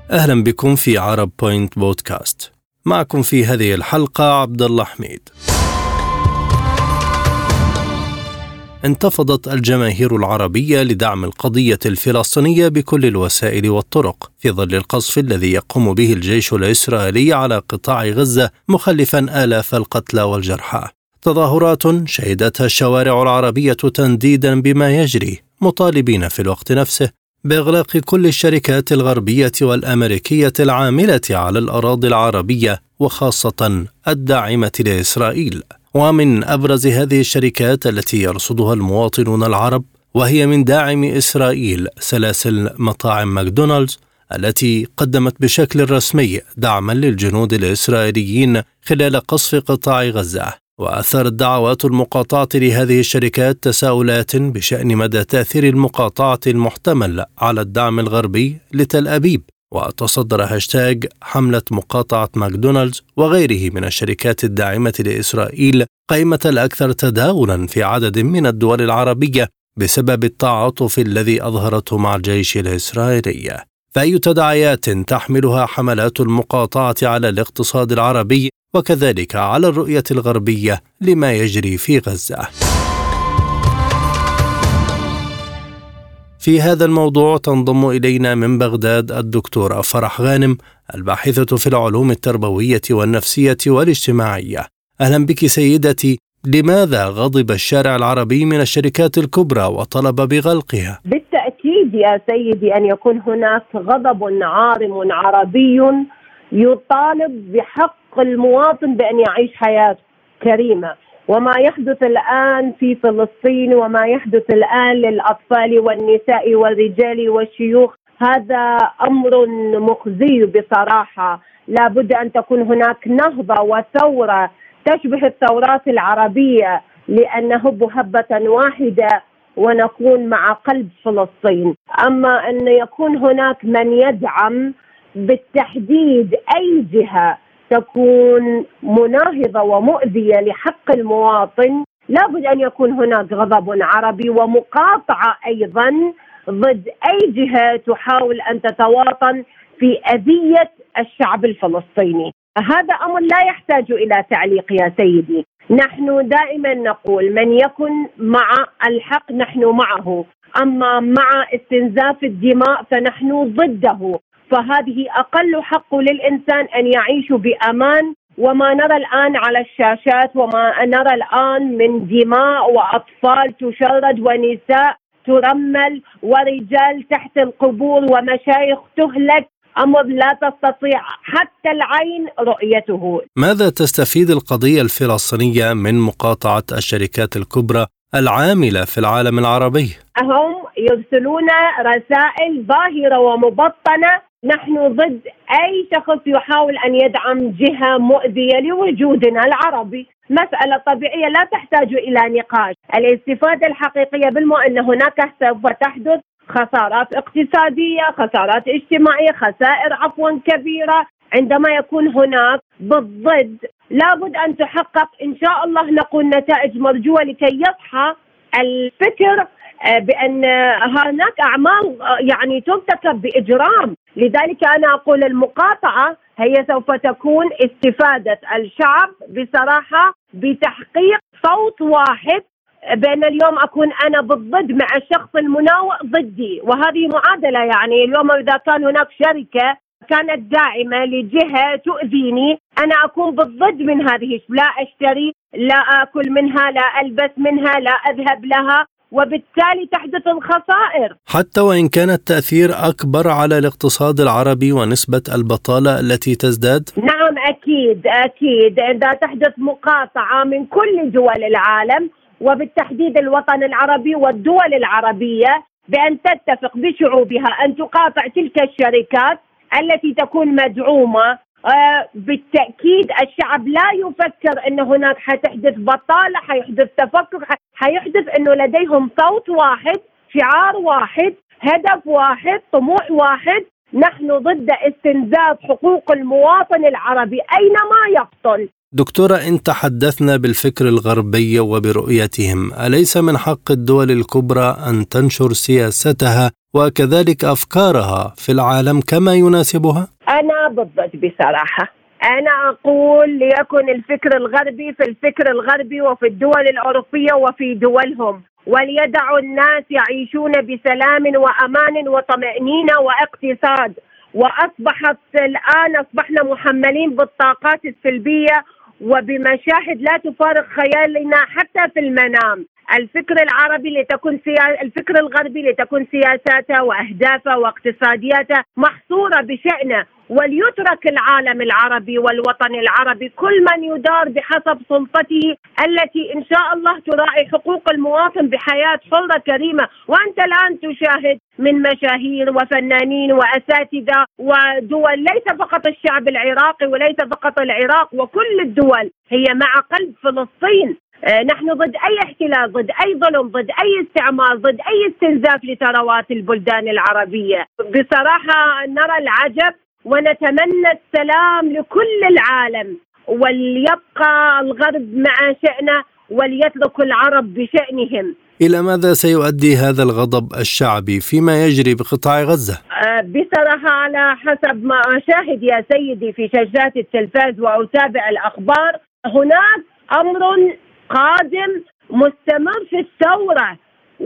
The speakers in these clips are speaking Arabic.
أهلا بكم في عرب بوينت بودكاست. معكم في هذه الحلقة عبد الله حميد. انتفضت الجماهير العربية لدعم القضية الفلسطينية بكل الوسائل والطرق في ظل القصف الذي يقوم به الجيش الإسرائيلي على قطاع غزة، مخلفا آلاف القتلى والجرحى. تظاهرات شهدتها الشوارع العربية تنديدا بما يجري، مطالبين في الوقت نفسه بإغلاق كل الشركات الغربية والأمريكية العاملة على الأراضي العربية وخاصة الداعمة لإسرائيل. ومن أبرز هذه الشركات التي يرصدها المواطنون العرب وهي من داعم إسرائيل سلاسل مطاعم ماكدونالدز التي قدمت بشكل رسمي دعما للجنود الإسرائيليين خلال قصف قطاع غزة. وأثارت دعوات المقاطعة لهذه الشركات تساؤلات بشأن مدى تأثير المقاطعة المحتمل على الدعم الغربي لتل أبيب، وتصدر هاشتاج حملة مقاطعة ماكدونالدز وغيره من الشركات الداعمة لإسرائيل قائمة الأكثر تداولا في عدد من الدول العربية بسبب التعاطف الذي أظهرته مع الجيش الإسرائيلي. فأي تداعيات تحملها حملات المقاطعة على الاقتصاد العربي وكذلك على الرؤية الغربية لما يجري في غزة؟ في هذا الموضوع تنضم إلينا من بغداد الدكتورة فرح غانم، الباحثة في العلوم التربوية والنفسية والاجتماعية. أهلا بك سيدتي. لماذا غضب الشارع العربي من الشركات الكبرى وطلب بغلقها؟ بالتأكيد يا سيدي أن يكون هناك غضب عارم عربي يطالب بحق المواطن بأن يعيش حياة كريمة. وما يحدث الآن في فلسطين وما يحدث الآن للأطفال والنساء والرجال والشيوخ هذا أمر مخزي بصراحة. لا بد أن تكون هناك نهضة وثورة تشبه الثورات العربية لأن هبة واحدة ونكون مع قلب فلسطين. أما أن يكون هناك من يدعم بالتحديد أي جهة تكون مناهضة ومؤذية لحق المواطن، لابد أن يكون هناك غضب عربي ومقاطعة أيضا ضد أي جهة تحاول أن تتواطن في أذية الشعب الفلسطيني. هذا أمر لا يحتاج إلى تعليق يا سيدي. نحن دائما نقول من يكن مع الحق نحن معه، أما مع استنزاف الدماء فنحن ضده. فهذه أقل حق للإنسان أن يعيش بأمان. وما نرى الآن على الشاشات وما نرى الآن من دماء وأطفال تشرد ونساء ترمل ورجال تحت القبور ومشايخ تهلك، أمر لا تستطيع حتى العين رؤيته. ماذا تستفيد القضية الفلسطينية من مقاطعة الشركات الكبرى العاملة في العالم العربي؟ هم يرسلون رسائل ظاهرة ومبطنة نحن ضد أي شخص يحاول أن يدعم جهة مؤذية لوجودنا العربي. مسألة طبيعية لا تحتاج إلى نقاش. الاستفادة الحقيقية أن هناك سوف تحدث خسارات اقتصادية، خسارات اجتماعية، خسائر كبيرة. عندما يكون هناك بالضد لابد أن تحقق إن شاء الله نقول نتائج مرجوة لكي يصحى الفكر بأن هناك أعمال ترتكب بإجرام. لذلك أنا أقول المقاطعة هي سوف تكون استفادة الشعب بصراحة بتحقيق صوت واحد، بأن اليوم أكون أنا بالضد مع الشخص المناوئ ضدي. وهذه معادلة. اليوم إذا كان هناك شركة كانت داعمة لجهة تؤذيني أنا أكون بالضد من هذه، لا أشتري، لا أكل منها، لا ألبس منها، لا أذهب لها، وبالتالي تحدث الخسائر. حتى وإن كان التأثير أكبر على الاقتصاد العربي ونسبة البطالة التي تزداد؟ نعم أكيد إذا تحدث مقاطعة من كل دول العالم وبالتحديد الوطن العربي والدول العربية بأن تتفق بشعوبها أن تقاطع تلك الشركات التي تكون مدعومة، بالتأكيد الشعب لا يفكر أن هناك حتحدث بطالة، حيحدث تفكك، حيحدث أنه لديهم صوت واحد، شعار واحد، هدف واحد، طموح واحد. نحن ضد استنزاف حقوق المواطن العربي أينما يقتل. دكتورة، إن تحدثنا بالفكر الغربي وبرؤيتهم، أليس من حق الدول الكبرى أن تنشر سياستها وكذلك أفكارها في العالم كما يناسبها؟ أنا بالضبط بصراحة. أنا أقول ليكن الفكر الغربي في الفكر الغربي وفي الدول الأوروبية وفي دولهم، وليدعوا الناس يعيشون بسلام وأمان وطمأنينة واقتصاد. أصبحنا محملين بالطاقات السلبية وبمشاهد لا تفارق خيالنا حتى في المنام. الفكر الغربي لتكون سياساته وأهدافه واقتصادياته محصورة بشأنه، وليترك العالم العربي والوطن العربي كل من يدار بحسب سلطته التي إن شاء الله تراعي حقوق المواطن بحياة حرة كريمة. وأنت الآن تشاهد من مشاهير وفنانين وأساتذة ودول، ليس فقط الشعب العراقي وليس فقط العراق، وكل الدول هي مع قلب فلسطين. نحن ضد أي احتلال، ضد أي ظلم، ضد أي استعمار، ضد أي استنزاف لثروات البلدان العربية. بصراحة نرى العجب ونتمنى السلام لكل العالم، وليبقى الغرب مع شأنه وليترك العرب بشأنهم. إلى ماذا سيؤدي هذا الغضب الشعبي فيما يجري بقطاع غزة؟ بصراحة على حسب ما أشاهد يا سيدي في شاشات التلفاز وأتابع الأخبار، هناك أمر قادم مستمر في الثورة،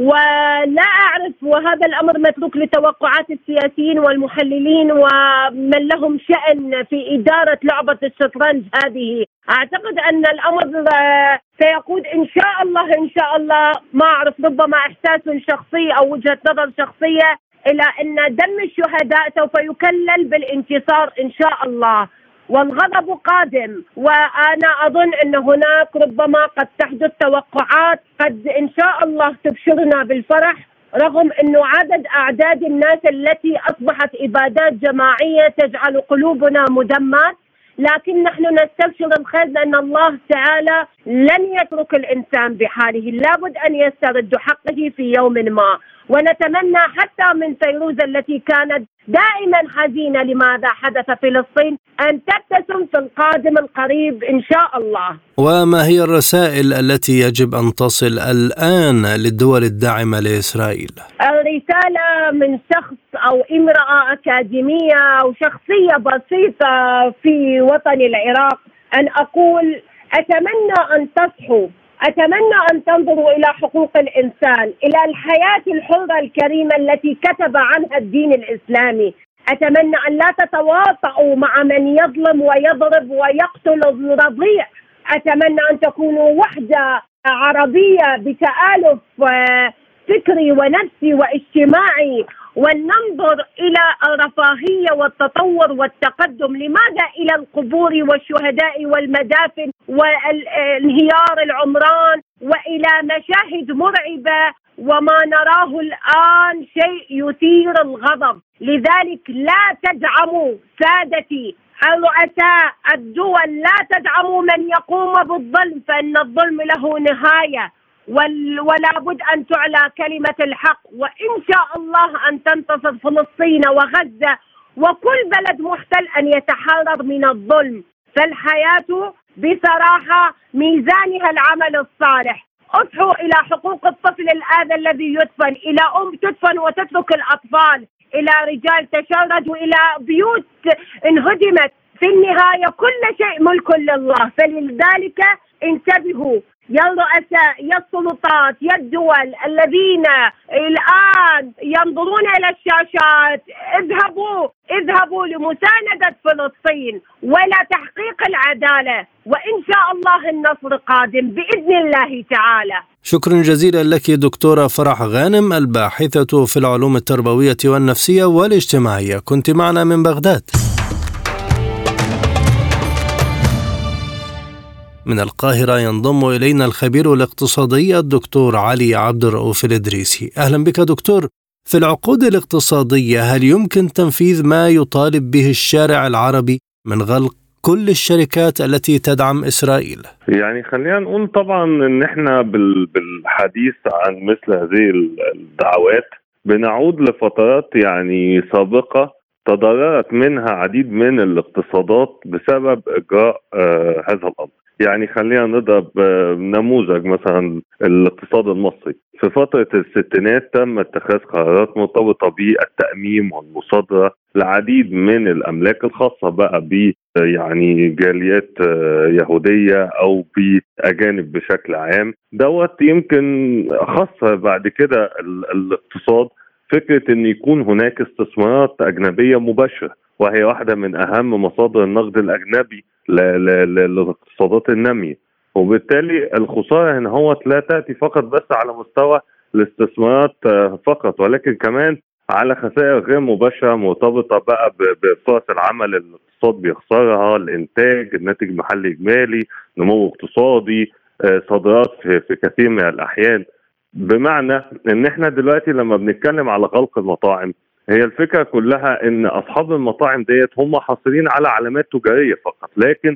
ولا أعرف، وهذا الأمر متروك لتوقعات السياسيين والمحللين ومن لهم شأن في إدارة لعبة الشطرنج هذه. أعتقد أن الأمر سيقود إن شاء الله ما أعرف، ربما إحساس شخصي أو وجهة نظر شخصية، إلى أن دم الشهداء سوف يكلل بالانتصار إن شاء الله، والغضب قادم. وأنا أظن أن هناك ربما قد تحدث توقعات قد إن شاء الله تبشرنا بالفرح، رغم أنه أعداد الناس التي أصبحت إبادات جماعية تجعل قلوبنا مدمات، لكن نحن نستبشر الخير لأن الله تعالى لن يترك الإنسان بحاله، لابد أن يسترد حقه في يوم ما. ونتمنى حتى من فيروز التي كانت دائما حزينة لماذا حدث في فلسطين أن تبتسم في القادم القريب إن شاء الله. وما هي الرسائل التي يجب أن تصل الآن للدول الداعمة لإسرائيل؟ الرسالة من شخص أو امرأة أكاديمية أو شخصية بسيطة في وطن العراق، أن أقول أتمنى أن تصحوا، أتمنى أن تنظروا إلى حقوق الإنسان، إلى الحياة الحرة الكريمة التي كتب عنها الدين الإسلامي. أتمنى أن لا تتواطؤوا مع من يظلم ويضرب ويقتل الرضيع. أتمنى أن تكونوا وحدة عربية بتآلف فكري ونفسي واجتماعي، وننظر إلى الرفاهية والتطور والتقدم. لماذا إلى القبور والشهداء والمدافن والانهيار العمران وإلى مشاهد مرعبة؟ وما نراه الآن شيء يثير الغضب. لذلك لا تدعموا سادتي الرؤساء الدول، لا تدعموا من يقوم بالظلم، فإن الظلم له نهاية، ولا بد أن تعلى كلمة الحق، وإن شاء الله أن تنتصر فلسطين وغزة وكل بلد محتل أن يتحرر من الظلم. فالحياة بصراحة ميزانها العمل الصالح. اصحوا إلى حقوق الطفل الآذى الذي يدفن، إلى أم تدفن وتترك الأطفال، إلى رجال تشردوا، إلى بيوت انهدمت. في النهاية كل شيء ملك لله، فلذلك انتبهوا يا الرؤساء، يا السلطات، يا الدول الذين الآن ينظرون إلى الشاشات، اذهبوا لمساندة فلسطين ولا تحقيق العدالة، وإن شاء الله النصر قادم بإذن الله تعالى. شكرا جزيلا لك دكتورة فرح غانم، الباحثة في العلوم التربوية والنفسية والاجتماعية، كنت معنا من بغداد. من القاهرة ينضم إلينا الخبير الاقتصادي الدكتور علي عبد الرؤوف الإدريسي. أهلا بك دكتور. في العقود الاقتصادية هل يمكن تنفيذ ما يطالب به الشارع العربي من غلق كل الشركات التي تدعم إسرائيل؟ يعني خلينا نقول طبعا ان احنا بالحديث عن مثل هذه الدعوات بنعود لفترات يعني سابقة تضررت منها عديد من الاقتصادات بسبب إجراء هذا الأمر. يعني خلينا نضرب نموذج مثلا الاقتصاد المصري. في فترة الستينات تم اتخاذ قرارات مرتبطة بالتأميم والمصادرة العديد من الأملاك الخاصة بقى ب يعني جاليات يهودية أو بأجانب بشكل عام. دوت يمكن خاصة بعد كده الاقتصاد فكرة أن يكون هناك استثمارات أجنبية مباشرة، وهي واحدة من أهم مصادر النقد الأجنبي للاقتصادات النامية. وبالتالي الخسارة هنا هو لا تأتي فقط بس على مستوى الاستثمارات فقط، ولكن كمان على خسائر غير مباشرة مرتبطة بقى بفرص العمل الاقتصاد بيخسرها، الإنتاج، الناتج المحلي إجمالي، نمو اقتصادي، صادرات في كثير من الأحيان. بمعنى ان احنا دلوقتي لما بنتكلم على غلق المطاعم، هي الفكرة كلها ان اصحاب المطاعم ديت هم حاصلين على علامات تجارية فقط، لكن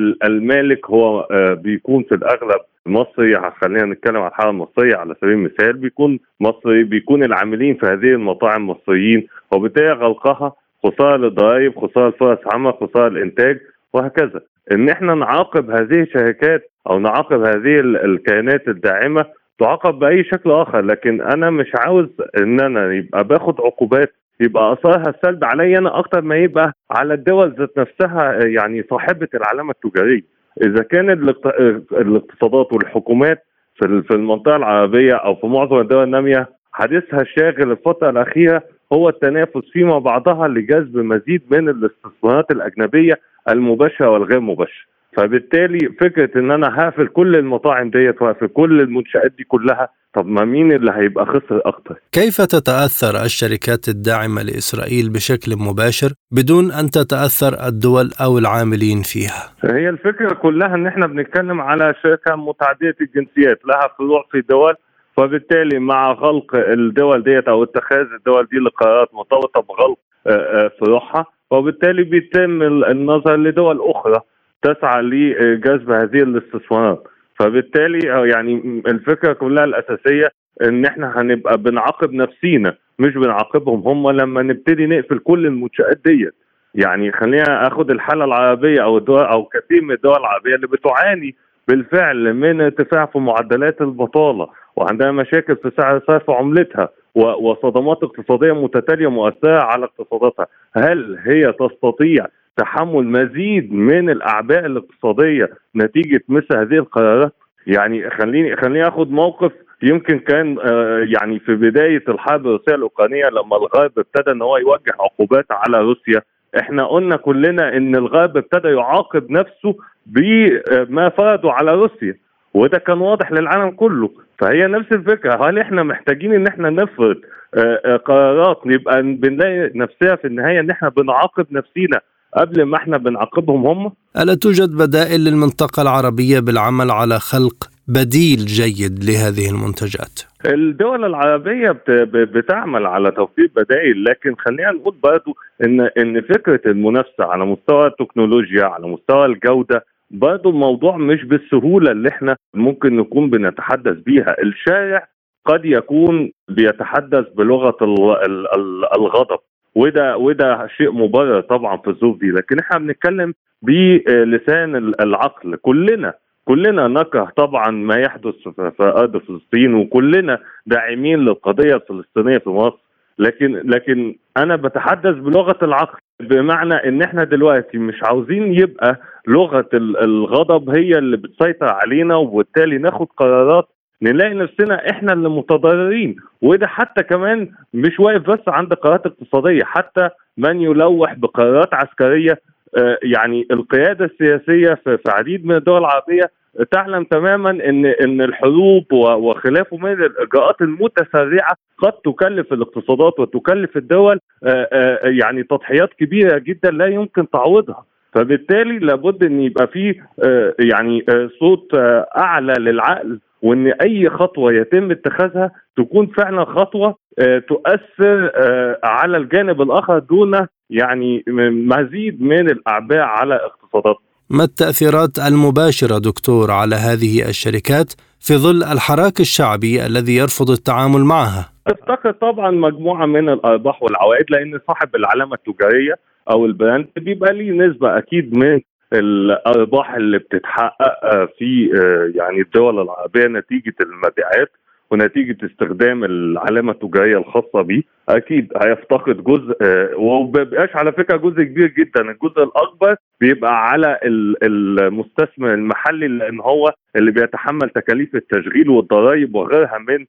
المالك هو بيكون في الاغلب مصري. خلينا نتكلم عن الحالة المصرية على سبيل المثال، بيكون مصري، بيكون العاملين في هذه المطاعم مصريين، وبالتالي غلقها خسارة للضرائب، خسارة فرص عمل، خسارة الانتاج، وهكذا. ان احنا نعاقب هذه الشركات او نعاقب هذه الكيانات الداعمة تعاقب بأي شكل آخر، لكن أنا مش عاوز إن أنا يبقى باخد عقوبات يبقى أثرها السلب علي أنا أكتر ما يبقى على الدول ذات نفسها، يعني صاحبة العلامة التجارية. إذا كان الاقتصادات والحكومات في المنطقة العربية أو في معظم الدول النامية حديثها الشاغل الفترة الأخيرة هو التنافس فيما بعضها لجذب مزيد من الاستثمارات الأجنبية المباشرة والغير مباشرة، فبالتالي فكرة ان انا هقفل كل المطاعم ديت وهقفل كل المنشآت دي كلها، طب ما مين اللي هيبقى خسر اكتر؟ كيف تتأثر الشركات الداعمة لإسرائيل بشكل مباشر بدون أن تتأثر الدول أو العاملين فيها؟ هي الفكرة كلها ان احنا بنتكلم على شركة متعددة الجنسيات لها فروع في دول، فبالتالي مع غلق الدول ديت او اتخاذ الدول دي لقرارات مرتبطة بغلق فروعها، وبالتالي بيتم النظر لدول اخرى تسعى لجذب هذه الاستثمارات. فبالتالي يعني الفكرة كلها الأساسية ان احنا هنبقى بنعاقب نفسينا مش بنعاقبهم هم لما نبتدي نقفل كل المنشآت ديت. يعني خلينا اخد الحالة العربية او الدول او كثير من الدول العربية اللي بتعاني بالفعل من ارتفاع في معدلات البطالة، وعندها مشاكل في سعر صرف عملتها، وصدمات اقتصادية متتالية مؤثرة على اقتصاداتها. هل هي تستطيع تحمل مزيد من الأعباء الاقتصادية نتيجة مثل هذه القرارات؟ يعني خليني أخذ موقف يمكن كان يعني في بداية الحرب الروسية الأوكرانية لما الغرب ابتدى أن هو يوجه عقوبات على روسيا، احنا قلنا كلنا ان الغرب ابتدى يعاقب نفسه بما فرضوا على روسيا، وده كان واضح للعالم كله. فهي نفس الفكرة، هل احنا محتاجين ان احنا نفرض قرارات نبقى بنلاقي نفسها في النهاية ان احنا بنعاقب نفسينا قبل ما احنا بنعاقبهم هم؟ ألا توجد بدائل للمنطقة العربية بالعمل على خلق بديل جيد لهذه المنتجات؟ الدول العربية بتعمل على توفير بدائل، لكن خلينا نقول برضو ان فكرة المنافسة على مستوى التكنولوجيا على مستوى الجودة برضو الموضوع مش بالسهولة اللي احنا ممكن نكون بنتحدث بيها. الشارع قد يكون بيتحدث بلغة الغضب، وده شيء مبرر طبعا في الظروف دي، لكن احنا بنتكلم بلسان العقل. كلنا نكره طبعا ما يحدث في أرض فلسطين، وكلنا داعمين للقضية الفلسطينية في مصر، لكن أنا بتحدث بلغة العقل، بمعنى إن إحنا دلوقتي مش عاوزين يبقى لغة الغضب هي اللي بتسيطر علينا، وبالتالي ناخد قرارات نلاقي نفسنا إحنا اللي متضررين. وده حتى كمان مش واقف بس عند قرارات اقتصادية، حتى من يلوح بقرارات عسكرية. يعني القيادة السياسية في عديد من الدول العربية تعلم تماما ان الحروب وخلافه من الاجراءات المتسرعة قد تكلف الاقتصادات وتكلف الدول يعني تضحيات كبيرة جدا لا يمكن تعويضها. فبالتالي لابد ان يبقى فيه يعني صوت اعلى للعقل، وان اي خطوة يتم اتخاذها تكون فعلا خطوة تؤثر على الجانب الاخر دون يعني مزيد من الاعباء على اقتصادات. ما التأثيرات المباشرة دكتور على هذه الشركات في ظل الحراك الشعبي الذي يرفض التعامل معها؟ تفتقد طبعا مجموعة من الأرباح والعوائد، لأن صاحب العلامة التجارية أو البراند بيبقى ليه نسبة أكيد من الأرباح اللي بتتحقق في يعني الدول العربية نتيجة المبيعات ونتيجة استخدام العلامة التجارية الخاصة به، أكيد هيفتقد جزء، ومبيبقاش على فكرة جزء كبير جدا، الجزء الأكبر بيبقى على المستثمر المحلي، لأن هو اللي بيتحمل تكاليف التشغيل والضرائب وغيرها من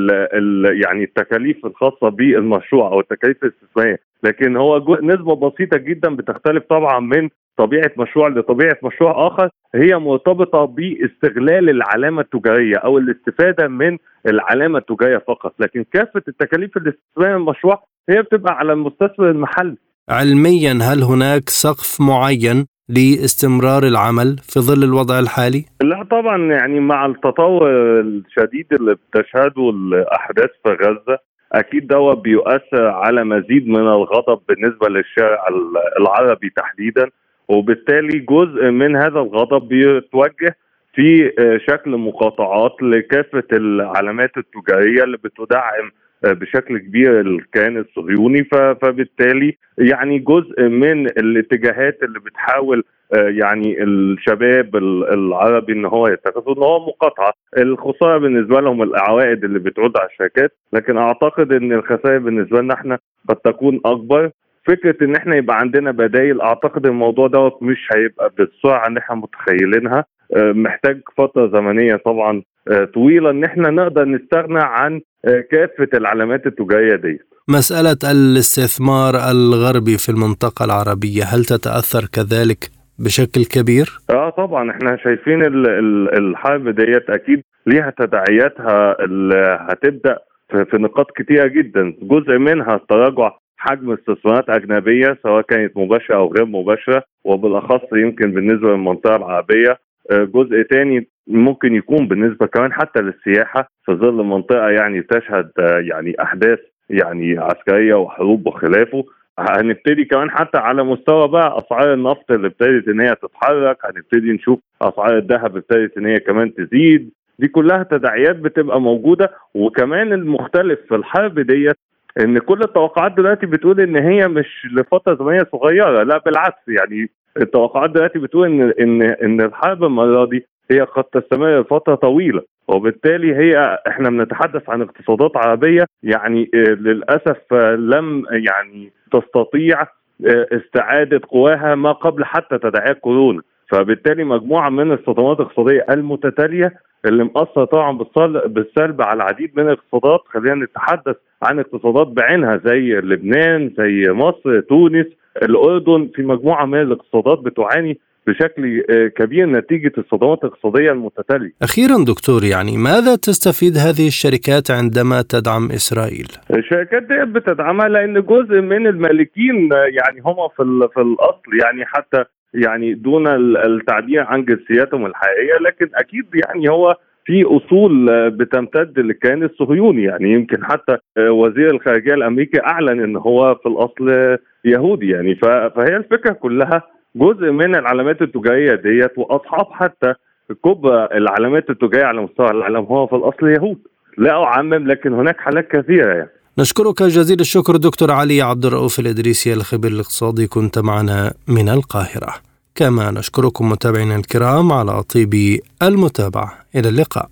يعني التكاليف الخاصة بالمشروع أو التكاليف الاستثمارية. لكن هو نسبة بسيطة جدا بتختلف طبعا من طبيعة مشروع لطبيعة مشروع آخر، هي مرتبطة باستغلال العلامة التجارية أو الاستفادة من العلامة التجارية فقط، لكن كافة التكاليف الاستثمارية المشروع هي بتبقى على المستثمر المحلي. علميا هل هناك سقف معين لاستمرار العمل في ظل الوضع الحالي؟ لا طبعا، يعني مع التطور الشديد اللي بتشهده الأحداث في غزة أكيد ده بيؤثر على مزيد من الغضب بالنسبة للشارع العربي تحديدا، وبالتالي جزء من هذا الغضب بيتوجه في شكل مقاطعات لكافة العلامات التجارية اللي بتدعم بشكل كبير الكيان الصهيوني. فبالتالي يعني جزء من الاتجاهات اللي بتحاول يعني الشباب العربي ان هو يتخذوا ان هو مقاطعه، الخساره بالنسبه لهم العوائد اللي بتعود على الشركات، لكن اعتقد ان الخسائر بالنسبه لنا احنا قد تكون اكبر. فكره ان احنا يبقى عندنا بدائل، اعتقد الموضوع ده مش هيبقى بالسرعه اللي احنا متخيلينها، محتاج فتره زمنيه طبعا طويله ان احنا نقدر نستغنى عن كافه العلامات التجاريه دي. مساله الاستثمار الغربي في المنطقه العربيه هل تتاثر كذلك بشكل كبير؟ طبعا احنا شايفين الحرب ديت اكيد ليها تداعياتها اللي هتبدا في نقاط كتيره جدا، جزء منها تراجع حجم استثمارات أجنبية سواء كانت مباشرة أو غير مباشرة، وبالأخص يمكن بالنسبة للمنطقة العربية. جزء تاني ممكن يكون بالنسبة كمان حتى للسياحة في ظل منطقة يعني تشهد يعني أحداث يعني عسكرية وحروب وخلافه. هنبتدي كمان حتى على مستوى بقى أسعار النفط اللي ابتدت إن هي تتحرك، هنبتدي نشوف أسعار الذهب ابتدت إن هي كمان تزيد. دي كلها تداعيات بتبقى موجودة. وكمان المختلف في الحرب ديت ان كل التوقعات دلوقتي بتقول ان هي مش لفتره زمنيه صغيره، لا بالعكس، يعني التوقعات دلوقتي بتقول ان الحرب المره دي هي قد تستمر لفتره طويله، وبالتالي هي احنا بنتحدث عن اقتصادات عربيه يعني للاسف لم يعني تستطيع استعاده قواها ما قبل حتى تداعيات كورونا. فبالتالي مجموعه من الصدمات الاقتصاديه المتتاليه اللي مأثر طبعا بالسلب على العديد من الاقتصادات. خلينا نتحدث عن اقتصادات بعينها زي لبنان، زي مصر، تونس، الأردن، في مجموعة من الاقتصادات بتعاني بشكل كبير نتيجة الصدمات الاقتصادية المتتالية. أخيرا دكتور، يعني ماذا تستفيد هذه الشركات عندما تدعم إسرائيل؟ الشركات دي بتدعمها لأن جزء من المالكين يعني هم في الأصل يعني حتى يعني دون التعبير عن جنسياتهم الحقيقية، لكن أكيد يعني هو في أصول بتمتد للكيان الصهيوني. يعني يمكن حتى وزير الخارجية الأمريكي أعلن أن هو في الأصل يهودي، يعني فهي الفكرة كلها جزء من العلامات التجارية ديت، وأصحاب حتى كبرى العلامات التجارية على مستوى العالم هو في الأصل يهود. لا أعمم، لكن هناك حالات كثيرة يعني. نشكرك جزيل الشكر دكتور علي عبد الرؤوف الإدريسي الخبير الاقتصادي، كنت معنا من القاهرة. كما نشكركم متابعينا الكرام على طيب المتابعة. إلى اللقاء.